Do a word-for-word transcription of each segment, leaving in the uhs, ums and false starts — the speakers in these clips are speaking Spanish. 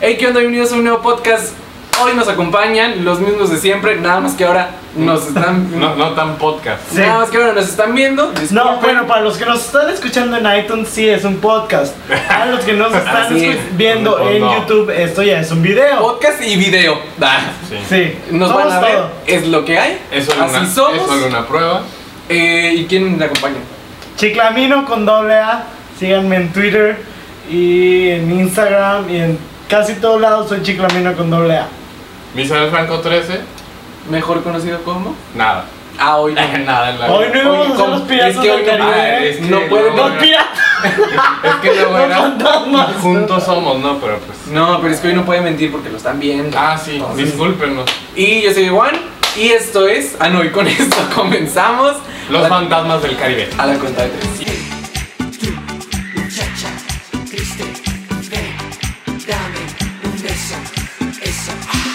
Hey, ¿qué onda? Bienvenidos a un nuevo podcast. Hoy nos acompañan los mismos de siempre, nada más que ahora nos están... No, no tan podcast. Sí. Nada más que ahora nos están viendo. Disculpen. No, bueno, para los que nos están escuchando en iTunes, sí es un podcast. Para los que nos están escu- viendo no, en no. YouTube, esto ya es un video. Podcast y video. Ah, Sí. Sí, nos somos van a ver, todo. es lo que hay. Es solo, Así una, somos. es solo una prueba. Eh, ¿Y quién me acompaña? Chiclamino con doble A. Síganme en Twitter y en Instagram y en casi todos lados soy Chiclamino con doble A. Misael Franco trece, Mejor conocido como... nada. Ah, hoy no. Nada en la Hoy no íbamos a hacer ¿cómo? los piratas Es que hoy del no- Caribe. Ah, es que No pueden- ¡Los no, piratas! Es que luego Los era fantasmas. juntos somos, ¿no? Pero pues. No, pero es que hoy no puede mentir porque lo están viendo. Ah, sí, Entonces- discúlpenos. Y yo soy Juan y esto es... Ah, no, y con esto comenzamos. Los a la, fantasmas del Caribe. a la cuenta de tres. Muchacha, triste, ven, dame un beso, eso.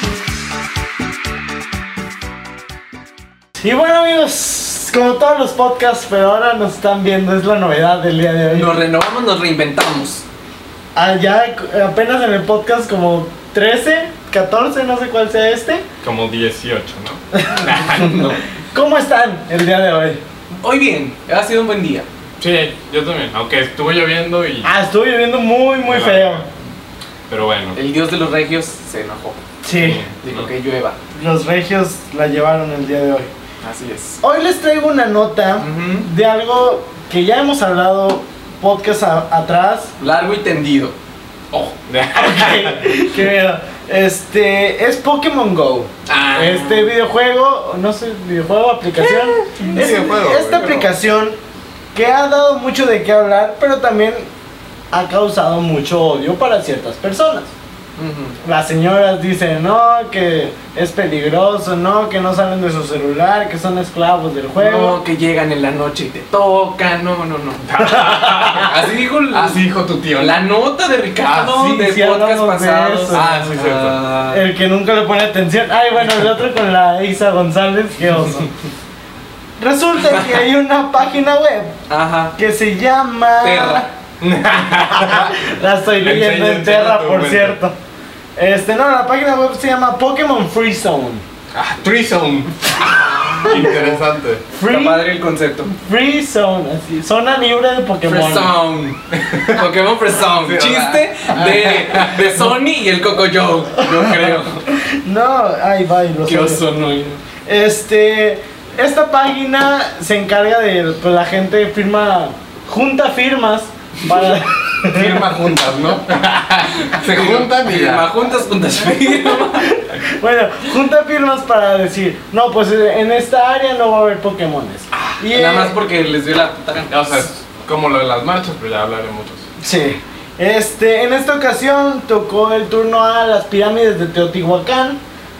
Y bueno, amigos, como todos los podcasts, pero ahora nos están viendo, es la novedad del día de hoy. Nos renovamos, nos reinventamos. Ah, ya apenas en el podcast como trece, catorce, no sé cuál sea este. Como dieciocho, ¿no? No. ¿Cómo están el día de hoy? Hoy bien, ha sido un buen día. Sí, yo también. Aunque estuvo lloviendo y. Ah, estuvo lloviendo muy, muy Claro. feo. Pero bueno. El dios de los regios se enojó. Sí, Dijo que llueva. los regios la llevaron el día de hoy. Así es. Hoy les traigo una nota Ujú. de algo que ya hemos hablado podcast a- atrás. Largo y tendido. Oh. Ok, qué miedo. Este es Pokémon Go. Ah. Este videojuego, no sé, videojuego, aplicación. Un Es- videojuego, esta güey, aplicación que ha dado mucho de qué hablar, pero también ha causado mucho odio para ciertas personas. Ujú. Las señoras dicen, no, que es peligroso, no, que no salen de su celular, que son esclavos del juego. No, que llegan en la noche y te tocan. No, no, no. Así dijo el- Así dijo tu tío. la nota de Ricardo Ah, sí, de sí, podcast hablamos de pasados. eso. Ah, sí, cierto. Ah. El que nunca le pone atención. Ay, bueno, el otro con la Isa González, qué oso. Resulta que hay una página web Ajá. que se llama... Terra. La estoy leyendo Enseña, en Terra, enseña tu por cuenta. cierto. Este, no, la página web se llama Pokémon Free Zone. Ah, Threesome. Interesante. Free, Está padre el concepto. Free Zone, así, zona libre de Pokémon. Freezone. Pokémon Freezone. Sí, Chiste de, de Sony y el Coco Joe. Yo creo. No, ay, bye, lo Qué sé. oso, no. Este, esta página se encarga de, pues la gente firma, junta firmas para... Firma juntas, ¿no? Se juntan y Firma ya. juntas, juntas firma. Bueno, junta firmas para decir, no, pues en esta área no va a haber Pokémones. Y Nada eh, más porque les dio la puta gana. O sea, es como lo de las marchas, pero ya hablaremos de eso. sí. Este, en esta ocasión tocó el turno a las pirámides de Teotihuacán.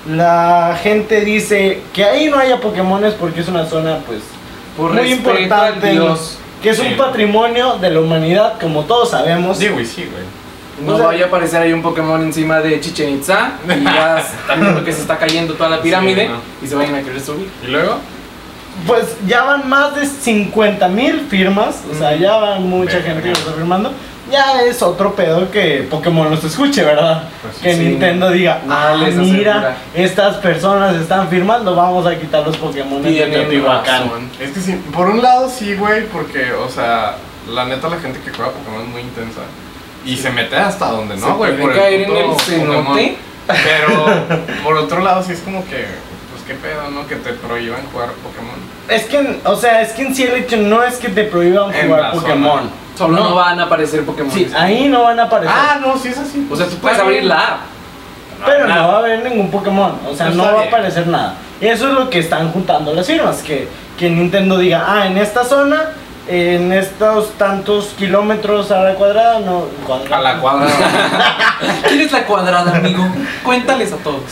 La gente dice que ahí no haya Pokémones porque es una zona, pues, Por muy respeto importante, al Dios. que es Sí. un patrimonio de la humanidad, como todos sabemos. Sí, güey, sí, güey. No O sea- vaya a aparecer ahí un Pokémon encima de Chichen Itza y ya están viendo que se está cayendo toda la pirámide Sí, no. y se vayan a querer subir. ¿Y luego? Pues ya van más de cincuenta mil firmas, o sea, ya van mucha Verga. gente que lo está firmando. Ya es otro pedo que Pokémon los escuche, ¿verdad? Pues que sí. Nintendo diga, No ah, les mira, asegura. estas personas están firmando, vamos a quitar los Pokémon de Tienen Teotihuacán. razón. Es que sí, por un lado sí, güey, porque, o sea, la neta la gente que juega Pokémon es muy intensa. Y se mete hasta donde Se no, güey. puede por caer en puto el cenote. Pokémon. Pero, por otro lado, sí es como que, pues qué pedo, ¿no? Que te prohíban jugar Pokémon. Es que, o sea, es que en sí el hecho no es que te prohíban En jugar la Pokémon. zona. Solo no. No. van a aparecer Pokémon. Sí, ahí no van a aparecer. Ah, no, sí es así. O sea, tú puedes abrir la app. Pero no va a haber ningún Pokémon, o sea, Está no va a bien. aparecer nada. Eso es lo que están juntando las firmas, que, que Nintendo diga, ah, en esta zona, en estos tantos kilómetros a la cuadrada, no, cuadrada. A la cuadra. ¿Quién es la cuadrada, amigo? Cuéntales a todos.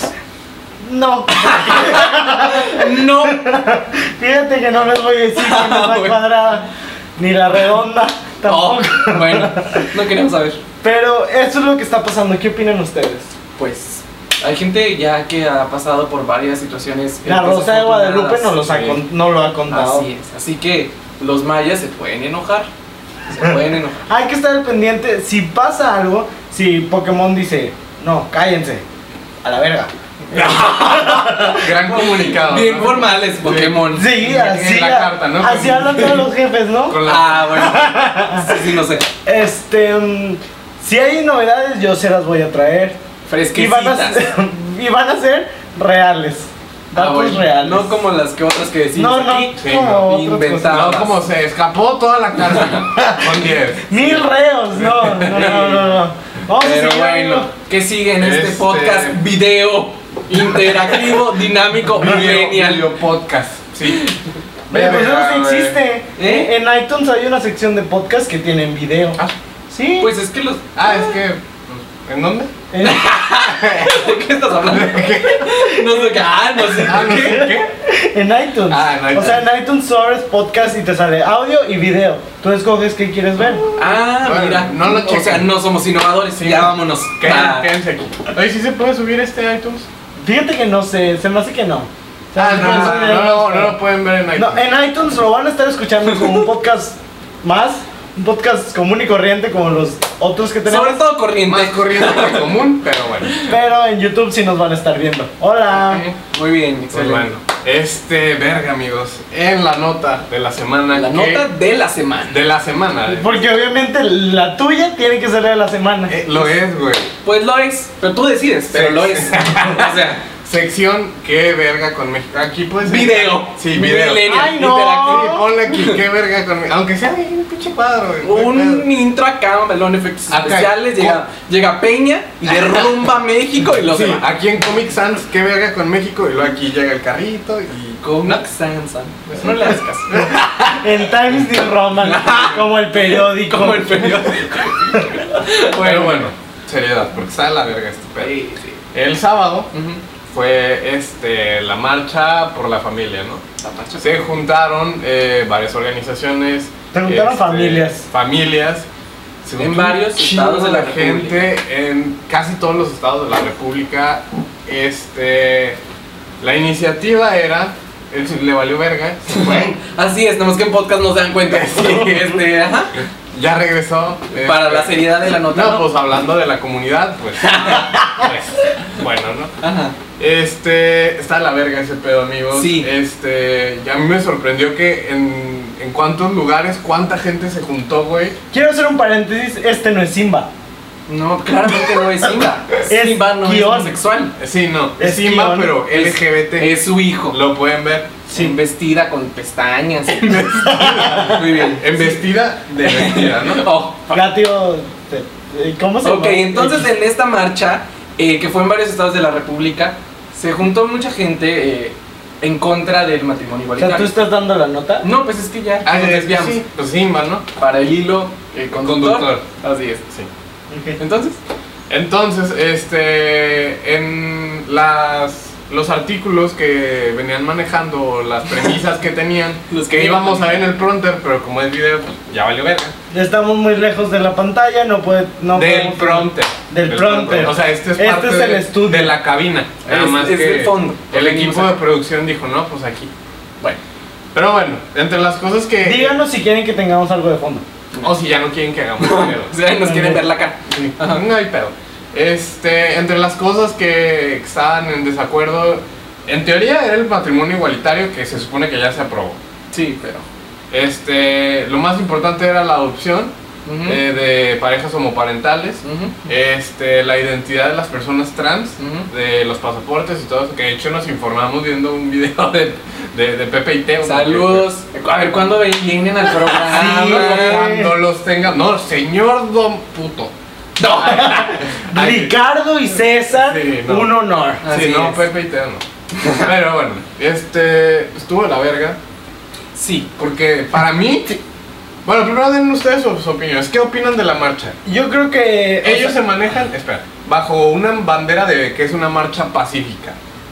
No, No. fíjate que no les voy a decir que no es la Bueno. cuadrada, ni la redonda, Oh, tampoco. bueno, no queremos saber. Pero eso es lo que está pasando, ¿qué opinan ustedes? Pues hay gente ya que ha pasado por varias situaciones. La Rosa de Guadalupe desafortunadas. nos, los ha Sí. con- no lo ha contado. Así es. Así que los mayas se pueden enojar. Se pueden enojar. Hay que estar al pendiente, si pasa algo, si Pokémon dice, No, cállense. A la verga. Gran comunicado. Bien ¿no? formales, Pokémon. Sí, En así. la carta, ¿no? Así hablan todos los jefes, ¿no? Con la- Ah, bueno. Sí, sí, no sé. Este. mm, si hay novedades, yo se las voy a traer. Y Fresquecitas. van a ser, y van a ser reales. Ah, Datos bueno. reales. No como las que otras que decimos No, no, aquí. Sí, como no, otras inventado. cosas. No, como se escapó toda la cárcel. Con diez. Mil reos, no, no, no, no, no. Vamos a Pero seguir, bueno, amigo. ¿qué sigue en este, Este- podcast video interactivo, dinámico, Video, millennial? video podcast. Sí. Oye, pues eso Verga, sí güey. existe. ¿Eh? En iTunes hay una sección de podcast que tienen video. Ah, Sí. Pues es que los. ah, es que. pues, ¿en dónde? En- ¿De qué estás hablando? No sé qué. Ah, no sé Ah, no qué. sé qué. En iTunes. Ah, en iTunes. O sea, en iTunes sobres podcast y te sale audio y video. Tú escoges qué quieres ver. Ah, Bueno, mira. no lo O sea, chequen. no somos innovadores. Sí. Ya vámonos. Quédense, Ah, quédense aquí. Oye, ¿sí se puede subir este iTunes? Fíjate que no sé, se me hace que no. O sea, Ah, se no, puede no, subir no, en no, los- no lo pueden ver en iTunes. No, en iTunes lo van a estar escuchando como un podcast más, un podcast común y corriente como los otros que tenemos. sobre todo corriente. Más corriente que común, pero bueno. Pero en YouTube sí nos van a estar viendo. Hola. Muy bien, Pues excelente. bueno, este, verga, amigos, en la nota de la semana. La que- nota de la semana. de la semana. eh. Porque obviamente la tuya tiene que ser la de la semana. Eh, lo es, güey. Pues lo es, pero tú decides, pero Sí. lo es. O sea, Sección, qué verga con México. Aquí puedes. video. Sí, video. Millennial, Ay, no. interactivo. Sí, ponle aquí, qué verga con México. Aunque sea bien un pinche cuadro, güey. no hay Un pedo. intro acá, melón, efectos Acá, especiales. con- Llega, llega Peña y derrumba México y los Sí, demás. aquí en Comic Sans, qué verga con México. Y luego aquí llega el carrito y. Comic Sans. Eso no le hagas caso. En Times New Roman, como el periódico. Como el periódico. Pero bueno, seriedad, porque está de la verga este pedo. Sí, sí. El sábado Ujú. fue este, la marcha por la familia, ¿no? La marcha. Se juntaron eh, varias organizaciones. Se juntaron este, familias. Familias. Se En juntó varios un chingo estados de la gente, en casi todos los estados de la República. Este, la iniciativa era, él se- le valió verga, se fue, Así es, nomás que en podcast no se dan cuenta. Sí. Este, ajá. ya regresó. Para este, la seriedad de la nota. No, ¿no? pues hablando de la comunidad, pues, pues, bueno, ¿no? Ajá. Este, está de la verga ese pedo, amigos. Sí. Este, ya a mí me sorprendió que en, en cuántos lugares, cuánta gente se juntó, güey. Quiero hacer un paréntesis, este no es Simba. No, claramente no es Simba. Es Simba no es guión. homosexual. Sí, no, es Es Simba, guión. pero Es- L G B T. Es su hijo. Lo pueden ver. Sí. Vestida con pestañas. Muy bien. En vestida de vestida, ¿no? Oh, Gatio, te- ¿cómo se llama? ok, entonces en esta marcha, eh, que fue en varios estados de la República, se juntó mucha gente eh, en contra del matrimonio O sea, ¿tú igualitario. estás dando la nota? No, pues es que ya Ah, nos es- desviamos. sí, pues Simba, ¿no? Para el hilo eh, conductor. Conductor. Así es. Sí. Ok. Entonces, Entonces, este, en las, los artículos que venían manejando, las premisas que tenían, Los que que iban íbamos a ver en el prompter, pero como es video, pues ya valió verga. Estamos muy lejos de la pantalla, no puede... No Del podemos- prompter. Del prompter. O sea, este es Este parte es el de, estudio. de la cabina. Nada Es- más es que el fondo. el Venimos equipo de acá. producción dijo, no, pues aquí. bueno. Pero bueno, entre las cosas que... Díganos si quieren que tengamos algo de fondo. O si ya no quieren que hagamos video. O sea, nos quieren ver la cara. Sí, no hay pedo. Este, entre las cosas que estaban en desacuerdo, en teoría era el matrimonio igualitario que se supone que ya se aprobó. Sí, pero. Este, lo más importante era la adopción Ujú. eh, de parejas homoparentales, Ujú. este, la identidad de las personas trans, Ujú. de los pasaportes y todo eso, que de hecho nos informamos viendo un video de, de, de Pepe y Teo. Saludos. A ver, ¿cuándo vienen al programa? Sí, güey. Cuando los tengan. No, señor Don Puto. No. Ay, Ricardo y César, Sí, no. un honor. Sí, Así no, es. Pepe y Teo no. Pero bueno, este, estuvo de la verga. Sí. Porque para mí. Bueno, primero den ustedes sus opiniones. ¿Qué opinan de la marcha? Yo creo que... o Ellos sea, se manejan, espera, bajo una bandera de que es una marcha pacífica.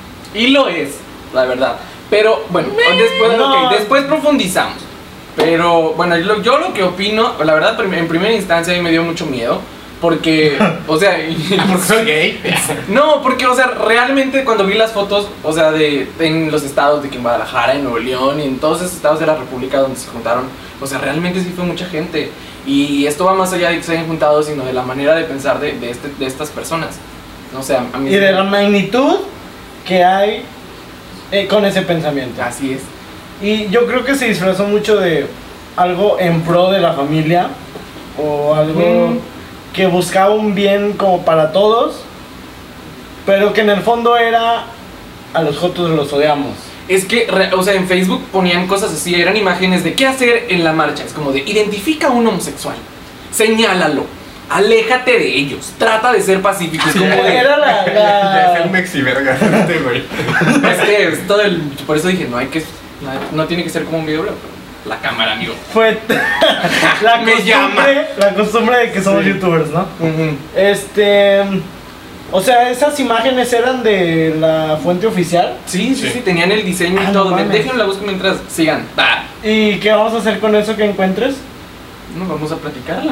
Y lo es, la verdad. Pero bueno, después, no. ok, después profundizamos. Pero bueno, yo, lo- yo lo que opino, la verdad, prim- en primera instancia a mí me dio mucho miedo. Porque, o sea, y- Porque soy gay. no, porque, o sea, realmente cuando vi las fotos, o sea, de en los estados de que en Guadalajara, en Nuevo León y en todos esos estados de la República donde se juntaron, o sea, realmente sí fue mucha gente. Y esto va más allá de que se hayan juntado, sino de la manera de pensar de, de, este, de estas personas. No sé, a mí Y de la magnitud que hay eh, con ese pensamiento. Así es. Y yo creo que se disfrazó mucho de algo en pro de la familia o algo Mm. que buscaba un bien como para todos, pero que en el fondo era a los jotos los odiamos. Es que, re- o sea, en Facebook ponían cosas así, eran imágenes de qué hacer en la marcha. Es como de, identifica a un homosexual, señálalo, aléjate de ellos, trata de ser pacífico. Es como de, Era la, Ya es el la- mexiverga este güey. es que es todo el, por eso dije, no hay que, no, no tiene que ser como un video, pero la cámara, amigo. fue la Me llama. costumbre, la costumbre de que somos Sí. youtubers, ¿no? Ujú. Este, o sea, esas imágenes eran de la fuente oficial. Sí, sí, Sí. sí, tenían el diseño Ah, y no todo. mames. Déjenlo la busco mientras sigan. Ah, ¿Y qué vamos a hacer con eso que encuentres? no vamos a platicarla.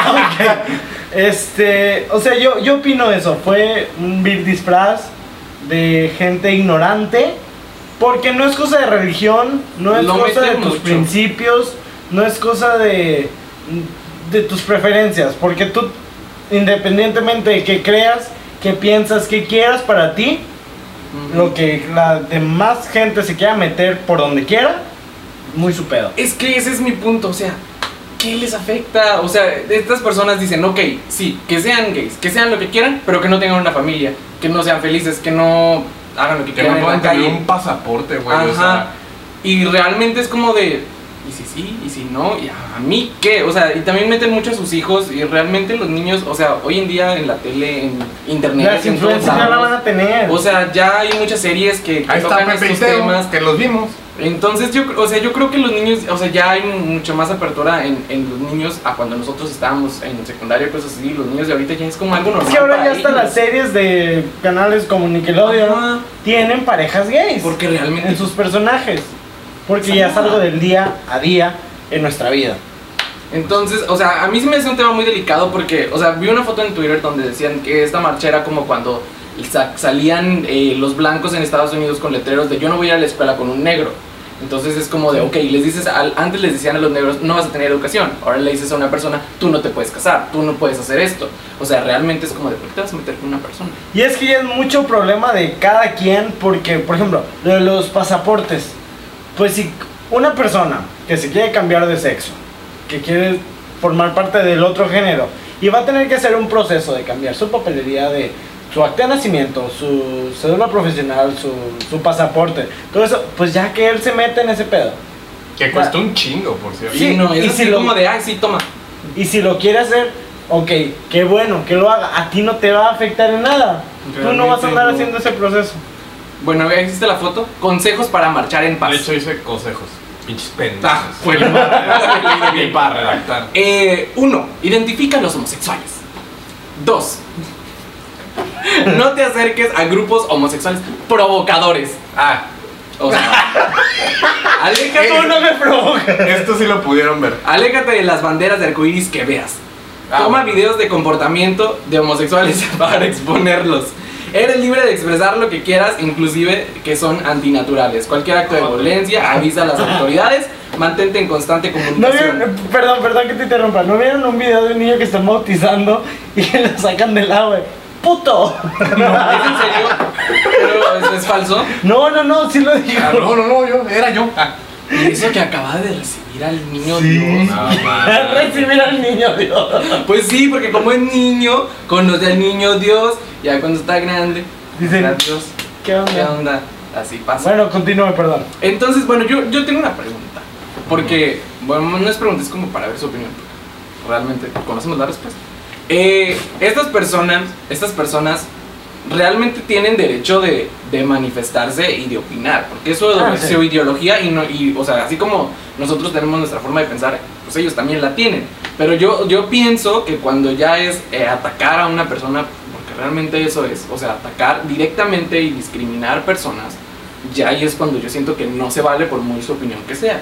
Este, o sea, yo, yo opino eso. Fue un vil disfraz de gente ignorante. Porque no es cosa de religión, no es Lo cosa de meten tus mucho. principios, no es cosa de, de tus preferencias. Porque tú, independientemente de que creas, que piensas, que quieras para ti, Ujú. lo que la demás gente se quiera meter por donde quiera, muy su pedo. Es que ese es mi punto, o sea, ¿qué les afecta? O sea, estas personas dicen, ok, sí, que sean gays, que sean lo que quieran, pero que no tengan una familia, que no sean felices, que no hagan lo que Que quieran no en la puedan tener calle. un pasaporte, güey. Ajá. O sea, Y realmente es como de, y si sí, y si no, y a mí qué, o sea, y también meten mucho a sus hijos, y realmente los niños, o sea, hoy en día en la tele, en internet, Las en todos influencias ya la lados, van a tener. o sea, ya hay muchas series que, que ahí está tocan Pepe y estos Teo, temas. que los vimos. Entonces yo, o sea, yo creo que los niños, o sea, ya hay mucho más apertura en, en los niños a cuando nosotros estábamos en secundaria, cosas así. Los niños de ahorita ya es como algo normal. Es que ahora para ya hasta ellos. las series de canales como Nickelodeon Ajá. tienen parejas gays Porque realmente en sus personajes. Porque ya es algo del día a día en nuestra vida. Entonces, o sea, a mí se me hace un tema muy delicado porque, o sea, vi una foto en Twitter donde decían que esta marcha era como cuando sa- salían eh, los blancos en Estados Unidos con letreros de yo no voy a ir a la escuela con un negro. Entonces es como de, ok, les dices, al- antes les decían a los negros, no vas a tener educación. Ahora le dices a una persona, tú no te puedes casar, tú no puedes hacer esto. O sea, realmente es como de, ¿por qué te vas a meter con una persona? Y es que ya es mucho problema de cada quien porque, por ejemplo, lo de los pasaportes. Pues si una persona que se quiere cambiar de sexo, que quiere formar parte del otro género, y va a tener que hacer un proceso de cambiar su papelería de su acta de nacimiento, su cédula profesional, su, su pasaporte, todo eso, pues ya que él se mete en ese pedo. Que cuesta un chingo, por cierto. Sí, y no, es y así si lo- como de, ay, sí, toma. Y si lo quiere hacer, ok, qué bueno que lo haga, a ti no te va a afectar en nada. Tú no vas a andar Realmente haciendo ese proceso. Bueno, ya existe la foto. Consejos para marchar en paz. De hecho, hice consejos. Pinches pendejos. Ah, bueno. Ni para redactar. Eh, uno, identifica a los homosexuales. Dos, no te acerques a grupos homosexuales provocadores. Ah, O sea, aléjate, Tú no me provocas. esto sí lo pudieron ver. aléjate de las banderas de arcoíris que veas. Ah, Toma bueno. videos de comportamiento de homosexuales para exponerlos. Eres libre de expresar lo que quieras, inclusive que son antinaturales. Cualquier acto de violencia, avisa a las autoridades, mantente en constante ¿No comunicación. vieron, perdón, perdón que te interrumpa, ¿no vieron un video de un niño que está bautizando y que lo sacan del agua? ¡Puto! ¿Es en serio? Pero eso es falso. No, no, no, sí lo dijo. Ah, no, no, no, yo, era yo. Ah. Y eso que acaba de recibir al niño Sí. Dios. No, A man. recibir al niño, Dios. Pues sí, porque como es niño, conoce al niño Dios, ya cuando está grande, Dicen, gracias, ¿qué ¿qué onda? onda? Así pasa. Bueno, continúe, perdón. Entonces, bueno, yo, yo tengo una pregunta. Porque, bueno, no es pregunta, es como para ver su opinión. Porque realmente conocemos la respuesta. Eh, estas personas, estas personas realmente tienen derecho de, de manifestarse y de opinar. Porque eso Ah, es sí. su ideología y, no, y, o sea, así como nosotros tenemos nuestra forma de pensar, pues ellos también la tienen. Pero yo, yo pienso que cuando ya es eh, atacar a una persona, porque realmente eso es, o sea, atacar directamente y discriminar personas, ya ahí es cuando yo siento que no se vale por muy su opinión que sea.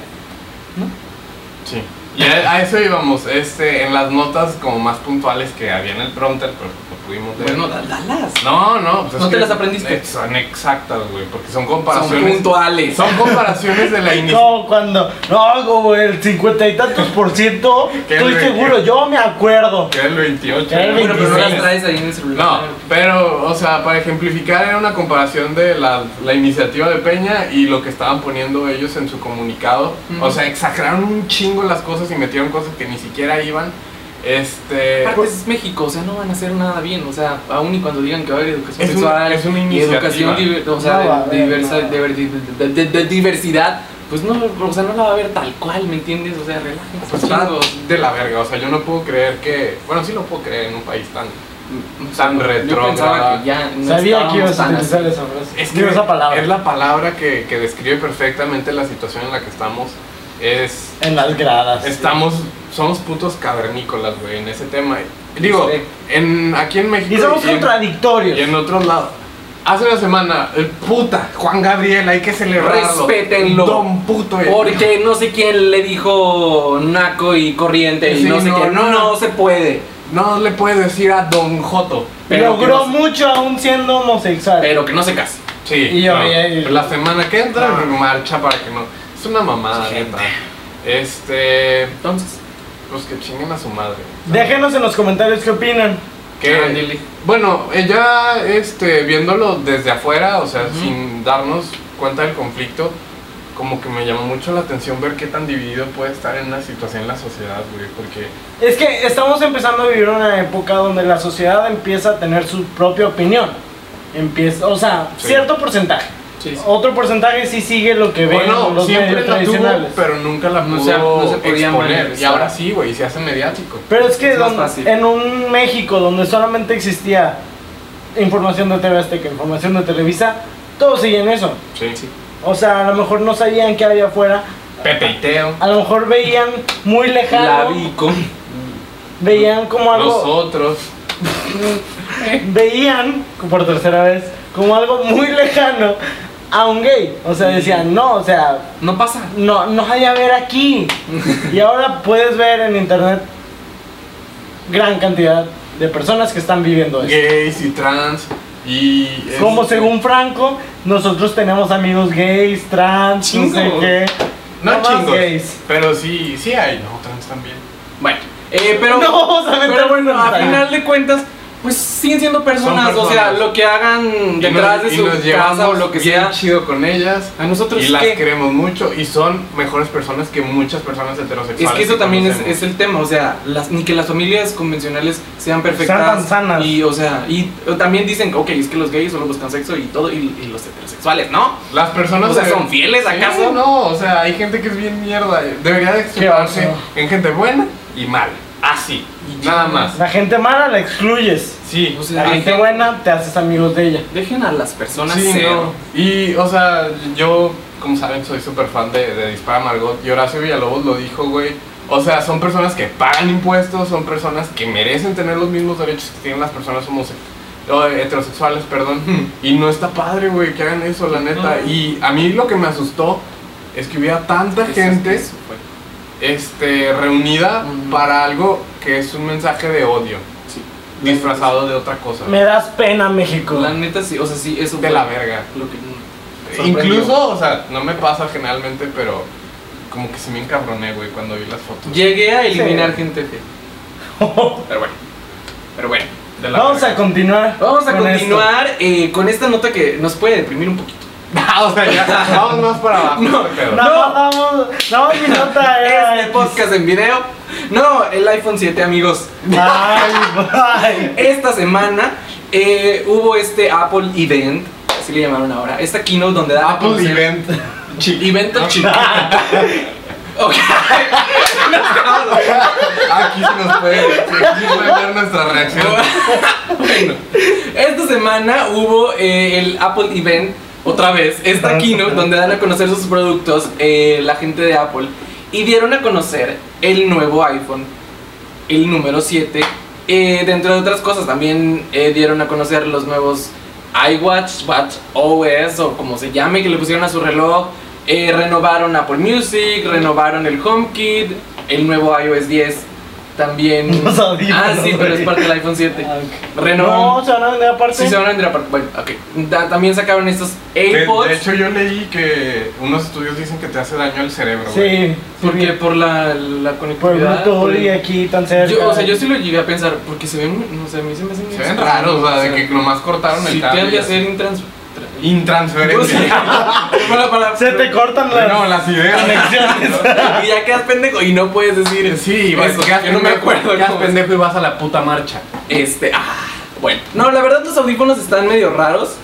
Sí. Y a, a eso íbamos, este, en las notas como más puntuales que había en el prompter, pero no pudimos leer. Bueno, da- dalas. No, no, pues es ¿No te que las aprendiste? Son exactas, güey, porque son Son comparaciones. puntuales. Son comparaciones de la iniciativa. No, cuando. No, como el cincuenta y tantos por ciento. ¿Qué Estoy le- seguro, yo me acuerdo. Que era el veintiocho. Que era el Bueno, pero no las veintiséis. traes ahí en el celular. No, pero, o sea, para ejemplificar, era una comparación de la, la iniciativa de Peña y lo que estaban poniendo ellos en su comunicado. Ujú. O sea, exageraron un chingo las cosas y metieron cosas que ni siquiera iban. Este. Aparte es México, o sea, no van a hacer nada bien, o sea, aún y cuando digan que va a haber educación Es un- sexual es una y iniciativa. educación diver- o sea, No va a de, haber diversa- nada. de, ver- de- de- de diversidad, pues no, o sea, no la va a ver tal cual, ¿me entiendes? O sea, relájense, Pues está chingos. de la verga, o sea, yo no puedo creer que. Bueno, sí lo puedo creer en un país tan. Tan Yo retrógrada. pensaba que ya no Sabía que ibas a estábamos tan utilizar así. esa frase. Es Digo, que esa palabra. es la palabra que, que describe perfectamente la situación en la que estamos. Es. En las gradas. Estamos. Somos putos cavernícolas, güey, en ese tema. Digo, Sí. en, aquí en México. Y somos y en- contradictorios. Y en otros lados. Hace una semana, el puta, Juan Gabriel, hay que celebrarlo. Respétenlo. Don puto. eh. Porque no sé quién le dijo naco y corriente y Sí, no sé no, quién, no. no se puede, No le puedes decir a Don Joto. pero que Logró no se- mucho aún siendo homosexual. pero que no se case. Sí. Y yo, no. y- y- La semana que entra, Ah. marcha para que no. Es una mamada, Gente. neta. Este. Entonces, Pues que chinguen a su madre. Déjenos en los comentarios qué opinan. Que, ándele. bueno, ella, este, viéndolo desde afuera, o sea, Ujú. sin darnos cuenta del conflicto, como que me llamó mucho la atención ver qué tan dividido puede estar en una situación la sociedad, güey, porque Es que estamos empezando a vivir una época donde la sociedad empieza a tener su propia opinión. Empieza, o sea, Sí. cierto porcentaje. sí, sí. Otro porcentaje sí sigue lo que ven bueno, los siempre medios la tuvo, tradicionales. pero nunca la No pudo se- no se podía exponer. Y manifestar. ahora sí, güey, se hace mediático. Pero es que Es más don- fácil. en un México donde solamente existía información de T V Azteca, información de Televisa, todos seguían eso. Sí. Sí. O sea, a lo mejor no sabían qué había afuera. Pepe y Teo, A lo mejor veían muy La lejano. Vico. Veían como algo. nosotros. Veían, por tercera vez, como algo muy lejano a un gay. O sea, decían, no, o sea, No pasa. no, no hay a ver aquí. Y ahora puedes ver en internet gran cantidad de personas que están viviendo eso. Gays y trans. Y. es- Como según Franco, nosotros tenemos amigos gays, trans, no sé Chingos. qué. No más chingos. gays. Pero sí, sí hay, no, trans también. Bueno, eh, pero, No vamos a meter pero bueno, a en- final de cuentas, pues siguen siendo personas, Son o sea, personas. lo que hagan Y detrás nos- de y su nos casa llevamos o lo que bien sea, chido con ellas. a nosotros Y las ¿qué? queremos mucho y son mejores personas que muchas personas heterosexuales. Es que eso también es, conocemos. es el tema, o sea, las, ni que las familias convencionales sean perfectas. Sean tan sanas. Y, o sea, y también dicen, ok, es que los gays solo buscan sexo y todo, y, y los heterosexuales, ¿no? Las personas. O sea, de- ¿son fieles, Sí, acaso? no, o sea, hay gente que es bien mierda. Debería de explicarse oso. en gente buena y mala. Así, Y nada ya. más. La gente mala la excluyes. Sí, O sea, La gente buena te haces amigos de ella. Dejen a las personas sí, ser. no. Y, o sea, yo, como saben, soy súper fan de, de Dispara Margot. Y Horacio Villalobos lo dijo, güey. O sea, son personas que pagan impuestos, son personas que merecen tener los mismos derechos que tienen las personas homosexuales. Heterosexuales, perdón. Y no está padre, güey, que hagan eso, la neta. No. Y a mí lo que me asustó es que hubiera tanta Eso- gente eso fue. este, reunida Ujú. para algo que es un mensaje de odio, Sí. disfrazado de otra cosa. Me das pena, México. La neta sí, o sea, sí, eso De fue la verga. lo que sorprendió. Incluso, o sea, no me pasa generalmente, pero como que sí me encabroné, güey, cuando vi las fotos. Llegué a eliminar Sí. gente fea. Pero bueno. Pero bueno. De la Vamos verga. a continuar. Vamos a con continuar eh, con esta nota que nos puede deprimir un poquito. Ah, o sea, ya, vamos más para abajo. No, este pedo. esto. No, no, vamos. No, mi nota era. Este podcast en video. No, el iPhone siete, amigos. Ay, ay. Esta semana eh, hubo este Apple Event, así le llamaron ahora. Esta keynote donde dan a Apple conocer- Event. Chi- Event of Chico. Ok. Aquí se nos puede, aquí se puede ver nuestra reacción. Bueno, esta semana hubo eh, el Apple Event, otra vez, esta keynote donde dan a conocer sus productos eh, la gente de Apple y dieron a conocer el nuevo iPhone, el número siete. Eh, dentro de otras cosas también eh, dieron a conocer los nuevos iWatch, Watch O S o como se llame, que le pusieron a su reloj. Eh, renovaron Apple Music, renovaron el HomeKit, el nuevo iOS diez También. Los audífonos, Ah, sí, pero es güey. parte del iPhone siete. Ah, ok. Renault. No, se van a vender aparte. Sí, se van a vender aparte. Bueno, ok. Da- también sacaron estos De, AirPods. de hecho, yo leí que unos estudios dicen que te hace daño al cerebro, güey. Sí. porque sí, por la, la por conectividad. Bluetooth por el- y aquí tan cerca. Yo, o sea, yo sí lo llegué a pensar, porque se ven, muy- no sé, a mí se me hacen Se ven raros, o sea, de que nomás cortaron el sí, cable. te han y de así. hacer intrans... Intransferencia. para, para, Se te cortan las No, las ideas. conexiones. y ya quedas pendejo y no puedes decir Sí, vas, eso, quedas yo no me pendejo, acuerdo quedas cómo es. pendejo y vas a la puta marcha. Este, ah, bueno. No, la verdad los audífonos están medio raros.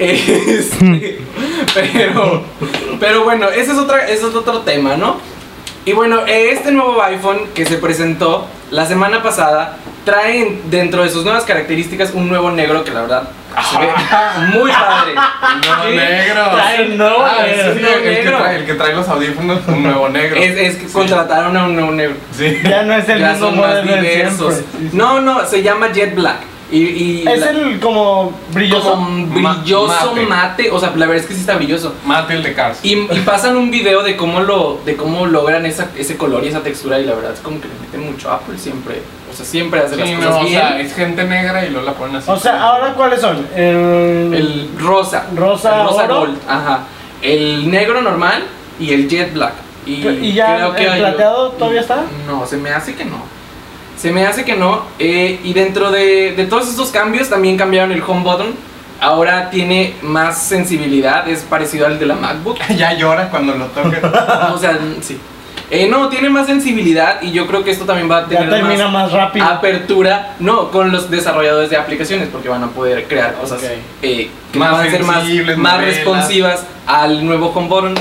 Este, pero, pero bueno, ese es, otra, ese es otro tema, ¿no? Y bueno, este nuevo iPhone que se presentó la semana pasada trae dentro de sus nuevas características un nuevo negro que la verdad se ve muy padre. No, Sí, negro. trae un nuevo Ah, negro. sí, Nuevo el, que negro. trae, el que trae los audífonos, un nuevo negro. Es, es que contrataron a un nuevo negro. Sí. Ya no es el Ya mismo son más modelo de diversos. siempre. Sí, sí. No, no, se llama Jet Black. Y, y Es la- el como brilloso. como Ma- brilloso mate. mate. O sea, la verdad es que sí está brilloso. Mate el de Cars. Y, y pasan un video de cómo lo de cómo logran esa, ese color y esa textura y la verdad es como que le meten mucho Apple siempre. O sea, siempre hace Sí, las no, cosas o bien. sea, es gente negra y luego la ponen así. O sea, ahora ¿cuáles son? El, El rosa. Rosa el rosa oro. gold. Ajá. El negro normal y el jet black. Y, y ya creo que el hay- plateado todavía está. No, se me hace que no. Se me hace que no. eh, y dentro de, de todos estos cambios también cambiaron el home button. Ahora tiene más sensibilidad, es parecido al de la MacBook. Ya llora cuando lo toca. O sea, sí. Eh, no, tiene más sensibilidad y yo creo que esto también va a Ya tener termina más más rápido. apertura, no, con los desarrolladores de aplicaciones, porque van a poder crear cosas Ok. eh, que Más van a ser más, sensibles, más novelas. responsivas al nuevo home button.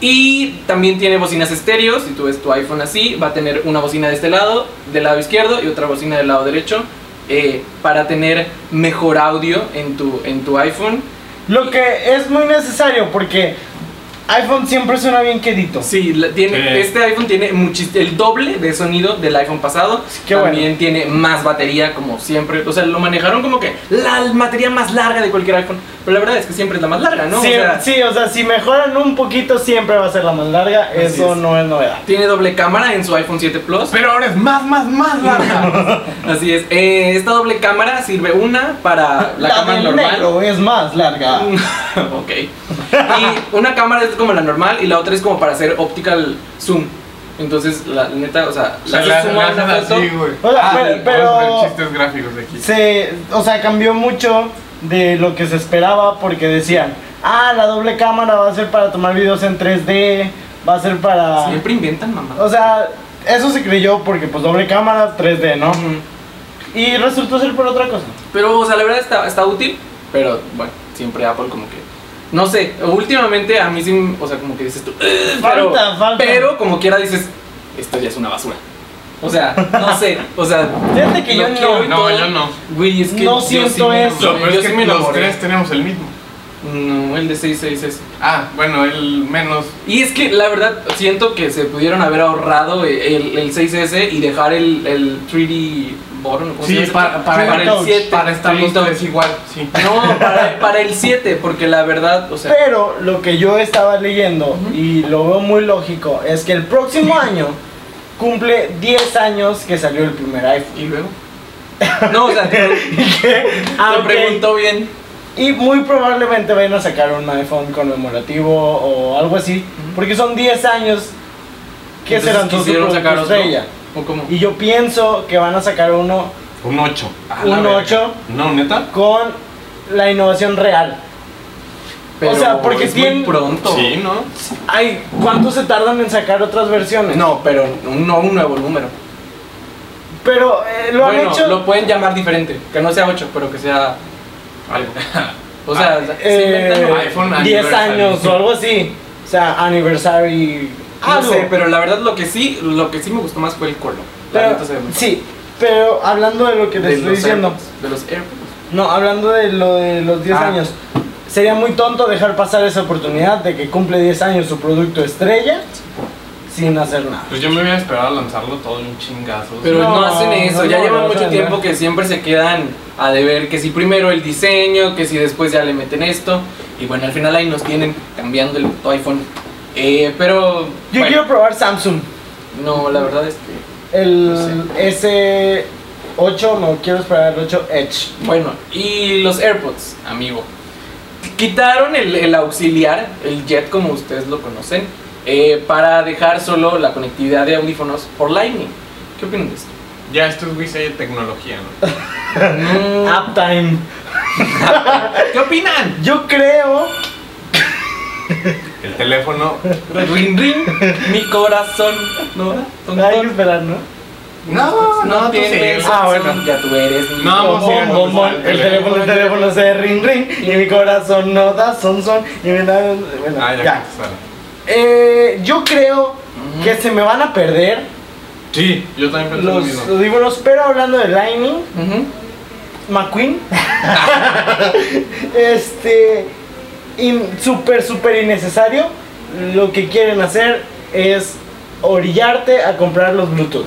Y también tiene bocinas estéreos, si tú ves tu iPhone así, va a tener una bocina de este lado, del lado izquierdo, y otra bocina del lado derecho, eh, para tener mejor audio en tu, en tu iPhone. Lo que es muy necesario porque iPhone siempre suena bien quedito. Sí, la- tiene, Sí. este iPhone tiene muchis- el doble de sonido del iPhone pasado. Qué También bueno. tiene más batería, como siempre. O sea, lo manejaron como que la batería más larga de cualquier iPhone. Pero la verdad es que siempre es la más larga, ¿no? Sí, O sea, sí, o sea, si mejoran un poquito siempre va a ser la más larga. Así Eso es. no es novedad. tiene doble cámara en su iPhone siete Plus. Pero ahora es más, más, más larga. Así es. Eh, esta doble cámara sirve una para la, cámara del normal. negro es más larga. Ok. Y una cámara es como la normal y la otra es como para hacer optical zoom. Entonces, la neta, o sea, O sea, la le haces zoom a hacen una foto. así, güey. O sea, Ah, pero- y pero- vamos a ver chistes gráficos de aquí. Se, o sea, cambió mucho de lo que se esperaba porque decían, ah, la doble cámara va a ser para tomar videos en tres D, va a ser para... Siempre inventan, mamá. O sea, eso se creyó porque pues doble cámara, tres D, ¿no? Ujú. Y resultó ser por otra cosa. Pero, o sea, la verdad está, está útil, pero bueno, siempre Apple como que... No sé, últimamente a mí sí, o sea, como que dices tú... "Ugh", pero, Falta, falta. pero como quiera dices, esto ya es una basura. O sea, no sé, o sea... Fíjate que yo lo quiero no. y No, todo. yo no. Güey, es que No yo siento sí me eso. Lo enamoré, peor yo es sí que me los enamoré. tres tenemos el mismo. No, el de seis seis es... Ah, bueno, el menos. Y es que la verdad siento que se pudieron haber ahorrado el, el seis ese y dejar el, el tres D button. ¿cómo se Sí, llama ese? para, para, para el Touch, siete. para estar los Touch. tres igual, sí. No, para, para el siete, porque la verdad, o sea... Pero lo que yo estaba leyendo Ujú. y lo veo muy lógico es que el próximo año cumple diez años que salió el primer iPhone. ¿Y luego? No, o sea, te, te Ah, ok. preguntó bien. Y muy probablemente vayan a sacar un iPhone conmemorativo o algo así, Ujú. porque son diez años que Entonces, serán su quisieron producto sacar otro. estrella. ¿O cómo? Y yo pienso que van a sacar uno Un ocho. Un ocho. No, neta. con la innovación real. Pero o sea, porque es tienen- muy pronto. Sí, ¿no? Ay, ¿cuánto se tardan en sacar otras versiones? No, pero no un nuevo número. Pero eh, lo bueno, han hecho. lo pueden llamar diferente. Que no sea ocho, pero que sea algo. O sea, Ah, se inventan eh, nuevos. iPhone diez anniversary. años o algo así. O sea, anniversary. No algo. sé, pero la verdad lo que sí, lo que sí me gustó más fue el color. La Pero- neta se ve muy sí, pero hablando de lo que de les estoy los diciendo. AirPods, de los AirPods. No, hablando de lo de los diez Ah. años. Sería muy tonto dejar pasar esa oportunidad de que cumple diez años su producto estrella sin hacer nada. Pues yo me hubiera esperado a lanzarlo todo en un chingazo. Pero no, No, hacen eso, no, ya no, llevan no, mucho no, tiempo no. que siempre se quedan a deber que si primero el diseño, que si después ya le meten esto. Y bueno, al final ahí nos tienen cambiando el puto iPhone. Eh, pero Yo bueno, quiero probar Samsung. no, la verdad es que El S ocho, no quiero esperar el ocho Edge. Bueno, y los AirPods, amigo. Quitaron el, el auxiliar, el jet como ustedes lo conocen, eh, para dejar solo la conectividad de audífonos por Lightning. ¿Qué opinan de esto? Ya esto es Wii de tecnología, ¿no? Mm, Uptime. ¿Qué opinan? Yo creo. El teléfono. Ring ring, mi corazón. ¿No? Ton, Hay que ton. esperar, ¿no? No, no, tú tienes sí. Ah, bueno. razón, ya tú eres mi No, vamos Bom, a ir a bom, bom, contestar el teléfono, el teléfono se ring ring y mi corazón no da son son y me da. Bueno, Ah, ya, ya. contestaron. Eh, yo creo Ujú. que se me van a perder Sí, yo también pensé lo los mismo. audífonos, pero hablando de Lightning, Ujú. McQueen, este, in- súper, súper innecesario. Lo que quieren hacer es orillarte a comprar los Bluetooth.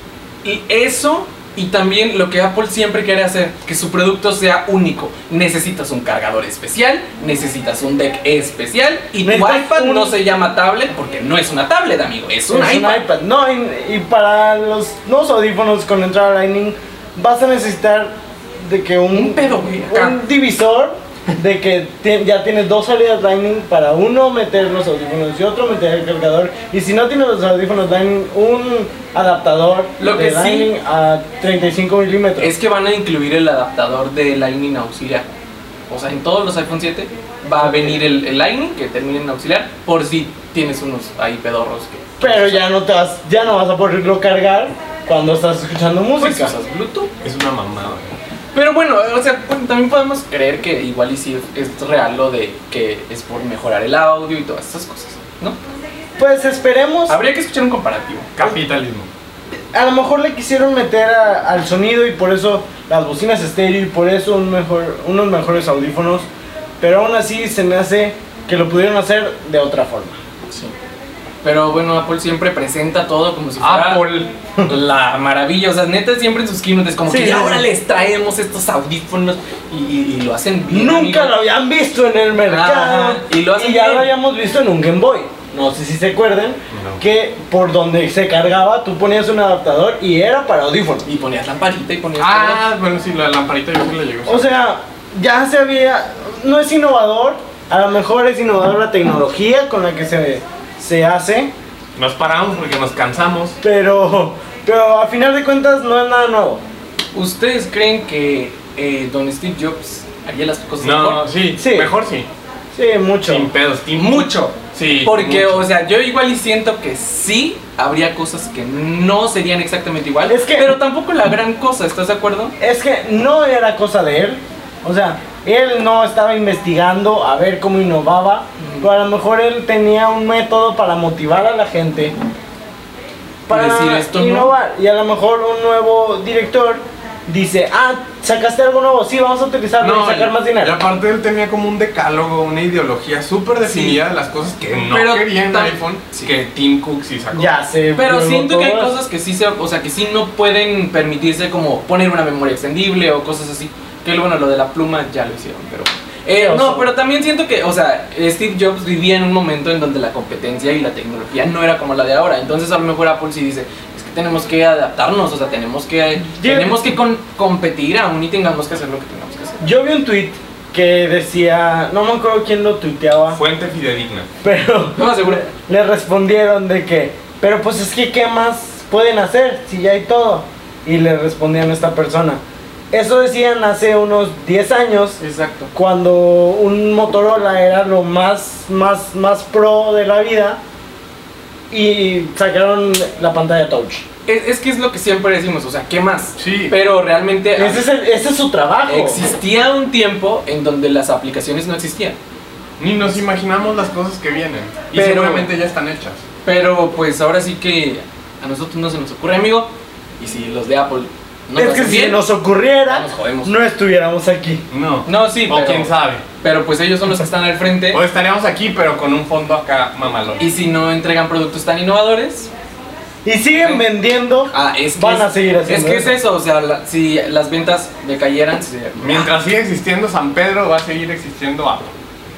Y eso, y también lo que Apple siempre quiere hacer, que su producto sea único. Necesitas un cargador especial, necesitas un deck especial, y tu Necesitas iPad un- no se llama tablet porque no es una tablet, amigo, es un Es un iPad. iPad. No, y, y para los nuevos audífonos con entrada Lightning vas a necesitar de que un, Un pedo, güey, acá. un divisor de que ti- ya tienes dos salidas Lightning para uno meter los audífonos y otro meter el cargador. Y si no tienes los audífonos Lightning, un adaptador Lo de que sí- Lightning a treinta y cinco milímetros. Es que van a incluir el adaptador de Lightning auxiliar. O sea, en todos los iPhone siete va a venir el, el Lightning que termine en auxiliar, por si tienes unos ahí pedorros que... Pero ya no te vas, ya no vas a poderlo cargar cuando estás escuchando Pues música. usas Bluetooth. Es una mamada, güey. Pero bueno, o sea, pues, también podemos creer que igual y sí es real lo de que es por mejorar el audio y todas esas cosas, ¿no? Pues esperemos. Habría que escuchar un comparativo. Capitalismo. A lo mejor le quisieron meter a- al sonido y por eso las bocinas estéreo y por eso un mejor, unos mejores audífonos. Pero aún así se me hace que lo pudieron hacer de otra forma. Sí. Pero bueno, Apple siempre presenta todo como si fuera Apple. la maravilla. O sea, neta, siempre en sus keynotes como Sí, que sí, ahora sí. les traemos estos audífonos y, y- y lo hacen bien. Nunca amigo. lo habían visto en el mercado. Ajá, y lo hacen ya bien. lo habíamos visto en un Game Boy. No sé si se acuerdan No. que por donde se cargaba tú ponías un adaptador y era para audífonos. Y ponías lamparita y ponías Ah, bueno, sí, la lamparita yo sí la llego. O sea, ya se había. No es innovador. A lo mejor es innovador la tecnología con la que se, se hace. Nos paramos porque nos cansamos. Pero, pero a final de cuentas no es nada nuevo. todo. ¿Ustedes creen que eh, Don Steve Jobs haría las cosas No, mejor? sí, Sí. mejor sí. Sí, mucho. Sin pedos, sin Mucho. Sí. Porque, mucho. o sea, yo igual y siento que sí habría cosas que no serían exactamente igual. Es que- pero tampoco la gran cosa, ¿estás de acuerdo? Es que no era cosa de él. O sea, él no estaba investigando a ver cómo innovaba. Pero a lo mejor él tenía un método para motivar a la gente. Para decir, esto no. innovar. Y a lo mejor un nuevo director dice, ah, sacaste algo nuevo, sí, vamos a utilizarlo y sacar y- más Y dinero. aparte él tenía como un decálogo, una ideología súper definida Sí. de las cosas que no Pero quería en tam- iPhone, sí. que Tim Cook sí sacó. Ya sé. Pero luego siento que hay todas- cosas que sí se, o sea, que sí no pueden permitirse como poner una memoria extendible o cosas así. Que bueno, lo de la pluma ya lo hicieron, pero eh, Sí, o no, sea- pero también siento que, o sea, Steve Jobs vivía en un momento en donde la competencia y la tecnología no era como la de ahora. Entonces a lo mejor Apple sí dice, es que tenemos que adaptarnos, o sea, tenemos que Yo- tenemos que con- competir aún y tengamos que hacer lo que tengamos que hacer. Yo vi un tweet que decía, no me acuerdo quién lo tuiteaba, Fuente fidedigna. pero No me aseguro. le respondieron de que, pero pues es que ¿qué más pueden hacer si ya hay todo? Y le respondían a esta persona. Eso decían hace unos diez años, Exacto. cuando un Motorola era lo más, más, más pro de la vida y sacaron la pantalla touch. Es, es que es lo que siempre decimos, o sea, ¿qué más? Sí. Pero realmente Ese es, el- ese es su trabajo. existía un tiempo en donde las aplicaciones no existían. Ni nos imaginamos las cosas que vienen. Y Pero- seguramente ya están hechas. Pero pues ahora sí que a nosotros no se nos ocurre, amigo. Y si los de Apple no es lo que hacen si bien, nos ocurriera, ya nos jodemos. no estuviéramos aquí. No. No, sí, O pero, quién sabe. pero pues ellos son los que están al frente. O estaríamos aquí, pero con un fondo acá mamalón. Y si no entregan productos tan innovadores, Y siguen Sí. vendiendo, ah, es que van es, a seguir haciendo Es que es eso. eso, o sea, la- si las ventas decayeran, se- Mientras siga existiendo San Pedro, va a seguir existiendo Apple.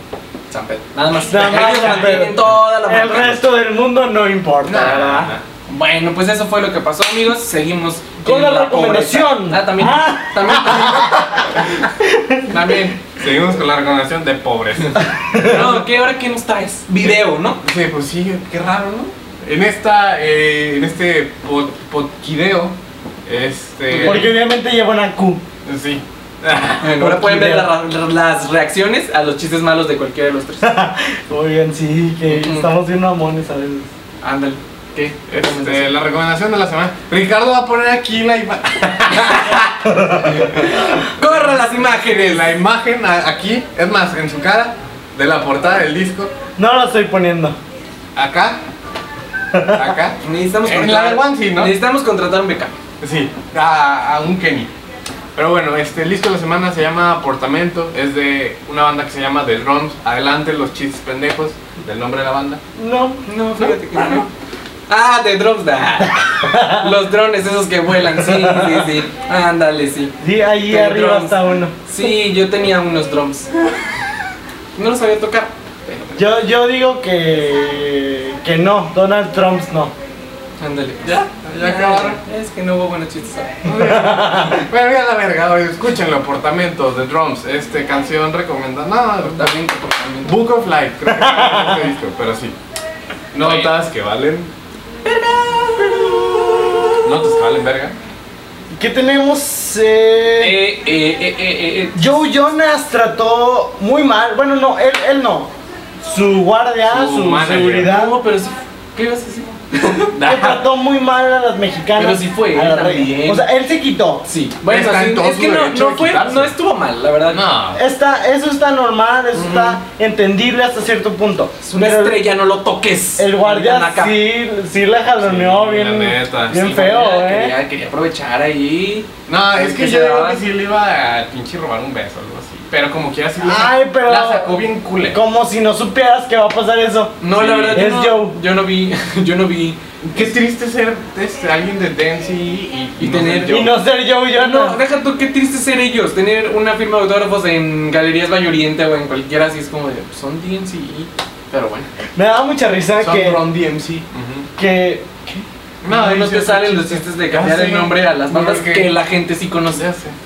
San Pedro. Nada más. Nada más Ellos San mantienen Pedro. toda la El marca. resto del mundo no importa, Nah, ¿verdad? nah. Bueno, pues eso fue lo que pasó, amigos. Seguimos Con en la recomendación. pobreza. Ah, también. Ah. También. También. También. Seguimos con la recomendación de pobreza. No, ¿qué ahora qué nos traes? Video, ¿no? Sí, pues sí, qué raro, ¿no? En esta, eh, en este pod- podquideo, este... Porque obviamente lleva una Q. Sí. Bueno, ahora pueden ver la- la- las reacciones a los chistes malos de cualquiera de los tres. Oigan, sí, que Ujú. estamos bien mamones a veces. Ándale. ¿Qué? Este, la recomendación de la semana. Ricardo va a poner aquí la imagen. ¡Corra las imágenes! La imagen a- aquí, es más, en su cara, de la portada del disco. No lo estoy poniendo. Acá. Acá. Necesitamos En la de One, sí, ¿no? Necesitamos contratar un beca. Sí, a, a un Kenny. Pero bueno, este, el disco de la semana se llama Apartamento. Es de una banda que se llama The Drums. Adelante los chistes pendejos del nombre de la banda. No. No, fíjate que no. Ah, de drones, da. Los drones esos que vuelan, sí, sí, sí. Ándale, sí. Sí, ahí The arriba drums. está uno. Sí, yo tenía unos drums. No los sabía tocar. pero- Yo, yo digo que. que no, Donald Trump no. Ándale. Ya, ya acabaron. Es que no hubo buenos chistes. Bueno, ya la verga, oye, escúchenlo, Apartamento, The Drums, este, canción recomendada. No, También comportamiento. Book of Life, creo que es este disco, pero sí. Notas que valen. Notas que valen verga. ¿Qué tenemos? Eh, Eh, eh, eh, eh, eh. Joe Jonas trató muy mal. Bueno, no, él, él no. Su guardia, Su su, manager. seguridad. No, pero sí. ¿Qué ibas a decir? Que trató muy mal a las mexicanas. Pero sí fue a él las rey- también. O sea, él se quitó. Sí. Bueno, Está en sí, todo es su que no, derecho no de fue, quitarse. no estuvo mal, la verdad. No. Está, eso está normal, eso está entendible hasta cierto punto. Es una Pero el- estrella, no lo toques. el guardia Digan acá. sí, sí la jaloneó Sí, bien, la neta, bien sí, feo, Quería, eh. quería, quería aprovechar ahí. No, es Es que que yo se digo daba- que sí le iba a pinche robar un beso o algo así. Pero como quiera sí la, Ay, pero- la sacó bien culé. Como si no supieras que va a pasar eso. No, Sí, la verdad, es yo, Joe. no, yo no vi. Yo no vi. Qué triste ser este, alguien de dance y, y, Y no tener- ser yo. Y no ser Joe Yo no, Jonas. deja tú, qué triste ser ellos. Tener una firma de autógrafos en Galerías Valle Oriente o en cualquiera así es como de. Pues, son D N C. Pero bueno. Me da mucha risa Son que, Ron D M C. que No, no, ahí te sí salen es los chiste. chistes de Ah, cambiar el sí. nombre a las bandas Porque- que la gente sí conoce. Ya sé.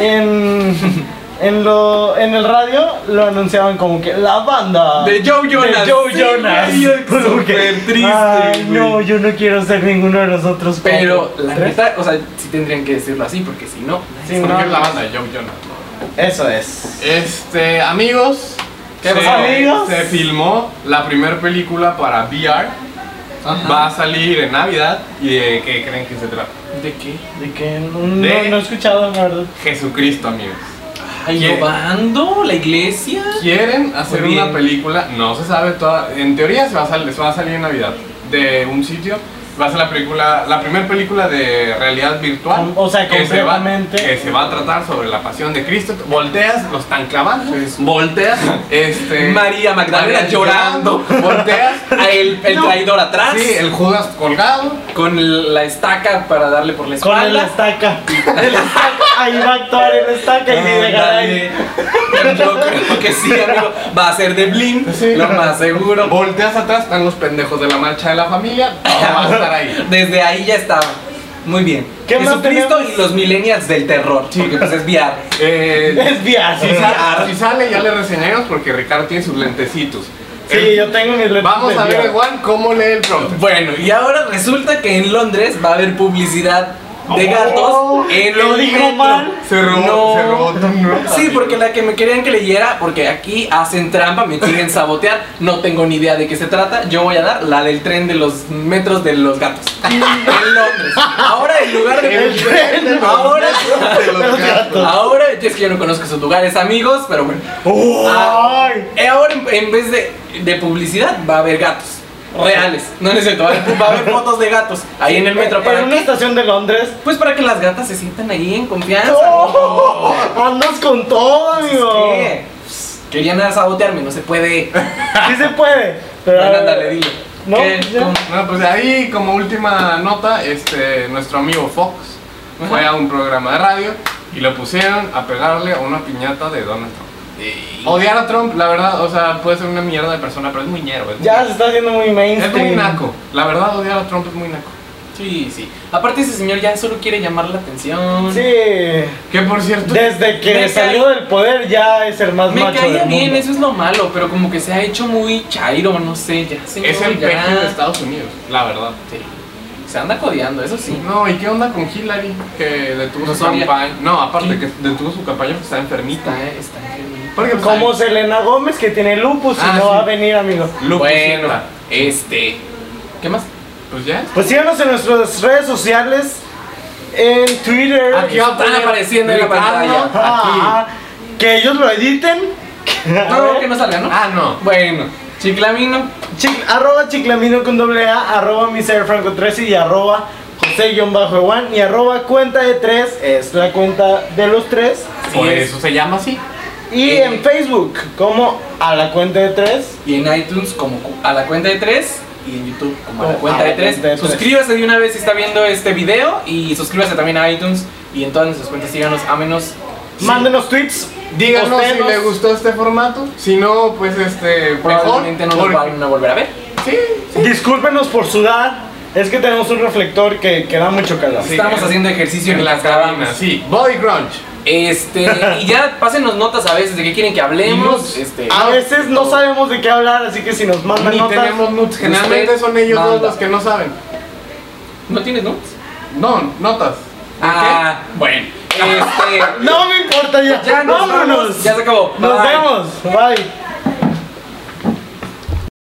en, en, lo, en el radio lo anunciaban como que la banda De Joe Jonas. de Joe Sí, Jonas. güey, Como que, súper triste, Ay, güey. no, yo no quiero ser ninguno de los otros. Pero cuatro. la ¿Tres? neta, o sea, sí tendrían que decirlo así, porque si no. Sí, Porque no. es la banda de Joe Jonas. ¿no? Eso es. Este, amigos. ¿Qué se, pasó, amigos? Se filmó la primera película para V R. Ajá. Va a salir en Navidad. ¿Y de qué creen que se trata? ¿De qué? De que no, no- De- no he escuchado, la verdad. Jesucristo, amigos. Ay, ¿Qué? ¿Innovando? ¿La iglesia? Quieren hacer Muy bien. una película, no se sabe toda, en teoría se va a salir, se va a salir en Navidad, de un sitio, va a ser la película, la primera película de realidad virtual, O sea, que se, va, completamente. que se va a tratar sobre la pasión de Cristo. Volteas, los están clavando, volteas, este, María Magdalena María llorando. volteas, A el, el No. traidor atrás. sí, el Judas colgado, Con el- la estaca para darle por la Con el espalda. estaca. El estaca. Ahí va a actuar el estaca y de Garay. Ándale. Yo creo que sí, amigo. Va a ser de Blin, Sí. lo más seguro. volteas atrás, están los pendejos de la marcha de la familia, todo va a estar ahí. Desde ahí ya estaba. Muy bien. ¿Qué más Jesucristo tenemos? y los millennials del terror. Porque pues es V R. Eh, Es viaje. Si sale, si sale ya le reseñamos porque Ricardo tiene sus lentecitos. Sí, El- yo tengo mis letras. Vamos de a ver viaje. igual cómo lee el prompter. Bueno, y ahora resulta que en Londres va a haber publicidad de Oh, gatos en ¿lo el dijo metro. mal? Se robó, No. se robó tu nota. Sí, porque la que me querían que leyera, porque aquí hacen trampa, me quieren sabotear, no tengo ni idea de qué se trata. Yo voy a dar la del tren de los metros de los gatos. En Londres. Ahora en lugar de. El tren de los ahora. de los gatos. Ahora, es que yo no conozco esos lugares, amigos, pero bueno. Ah, Ay. eh, ahora en, en vez de, de publicidad va a haber gatos. Reales, no necesito, va a haber, va a haber fotos de gatos ahí en el metro. En ¿Para una qué? estación de Londres. Pues para que las gatas se sientan ahí en confianza. Oh, andas con todo, amigo. ¿Qué? Pues, querían sabotearme, no se puede. Sí se puede. Pero Bueno, ándale, dile. No, ¿Qué? ya. ¿Cómo? Bueno, pues de ahí como última nota, este, nuestro amigo Fox fue a un programa de radio y lo pusieron a pegarle a una piñata de Donald Trump. Odiar a Trump, la verdad, o sea, puede ser una mierda de persona, pero es muy ñero. Es, Ya se está haciendo muy muy, es mainstream. muy naco. La verdad, odiar a Trump es muy naco. Sí, sí. Aparte ese señor ya solo quiere llamar la atención. Sí. Que por cierto, Desde que Me salió cae- del poder ya es el más Me macho caía del bien, mundo. eso es lo malo, pero como que se ha hecho muy chairo, no sé, ya señor, es el ya. peje de Estados Unidos, la verdad. Sí. Se anda codeando, eso sí. No, ¿y qué onda con Hillary? Que detuvo No su sabía. campaña. No, aparte ¿Qué? que detuvo su campaña porque está enfermita. Está, está enfermito. Porque, pues, Como ay, Selena Gómez que tiene lupus Ah, y no sí. va a venir, amigo. lupus Bueno, sienta. este. ¿Qué más? Pues ya. Pues síganos en nuestras redes sociales, en Twitter. Aquí va a Están poner apareciendo en la Ricardo. pantalla. Ah, que ellos lo editen. A No, ver. que no salga, ¿no? Ah, no. Bueno, Chiclamino. Chic- arroba chiclamino con doble A, arroba miserfranco trece y arroba josé-juan y arroba cuenta de tres, es la cuenta de los tres. Por es. eso se llama así. Y Eh. en Facebook como a la cuenta de tres. Y en iTunes como cu- a la cuenta de tres. Y en YouTube como a la Como cuenta a de la tres. cuenta de tres. Suscríbase de una vez si está viendo este video. Y suscríbase también a iTunes. Y en todas nuestras cuentas síganos, a menos. Mándenos tweets. Díganos si postenos. le gustó este formato. Si no, pues este. Mejor. Probablemente no nos porque- van a volver a ver. Sí, sí. Discúlpenos por sudar. Es que tenemos un reflector que, que da mucho calor. Sí. Estamos haciendo ejercicio En la mientras grabamos. cabina, sí. Body crunch. Este, y ya pásenos notas a veces de qué quieren que hablemos. nudes. Este, A veces no todo. sabemos de qué hablar, así que si nos mandan Ni notas. tenemos nudes. Generalmente Usted son ellos dos manda. los que no saben. ¿No tienes notes? No, notas. ¿De Ah, bueno. Este, No me importa ya. ya nos Vámonos. vamos. Ya se acabó. Nos Bye. vemos. Bye.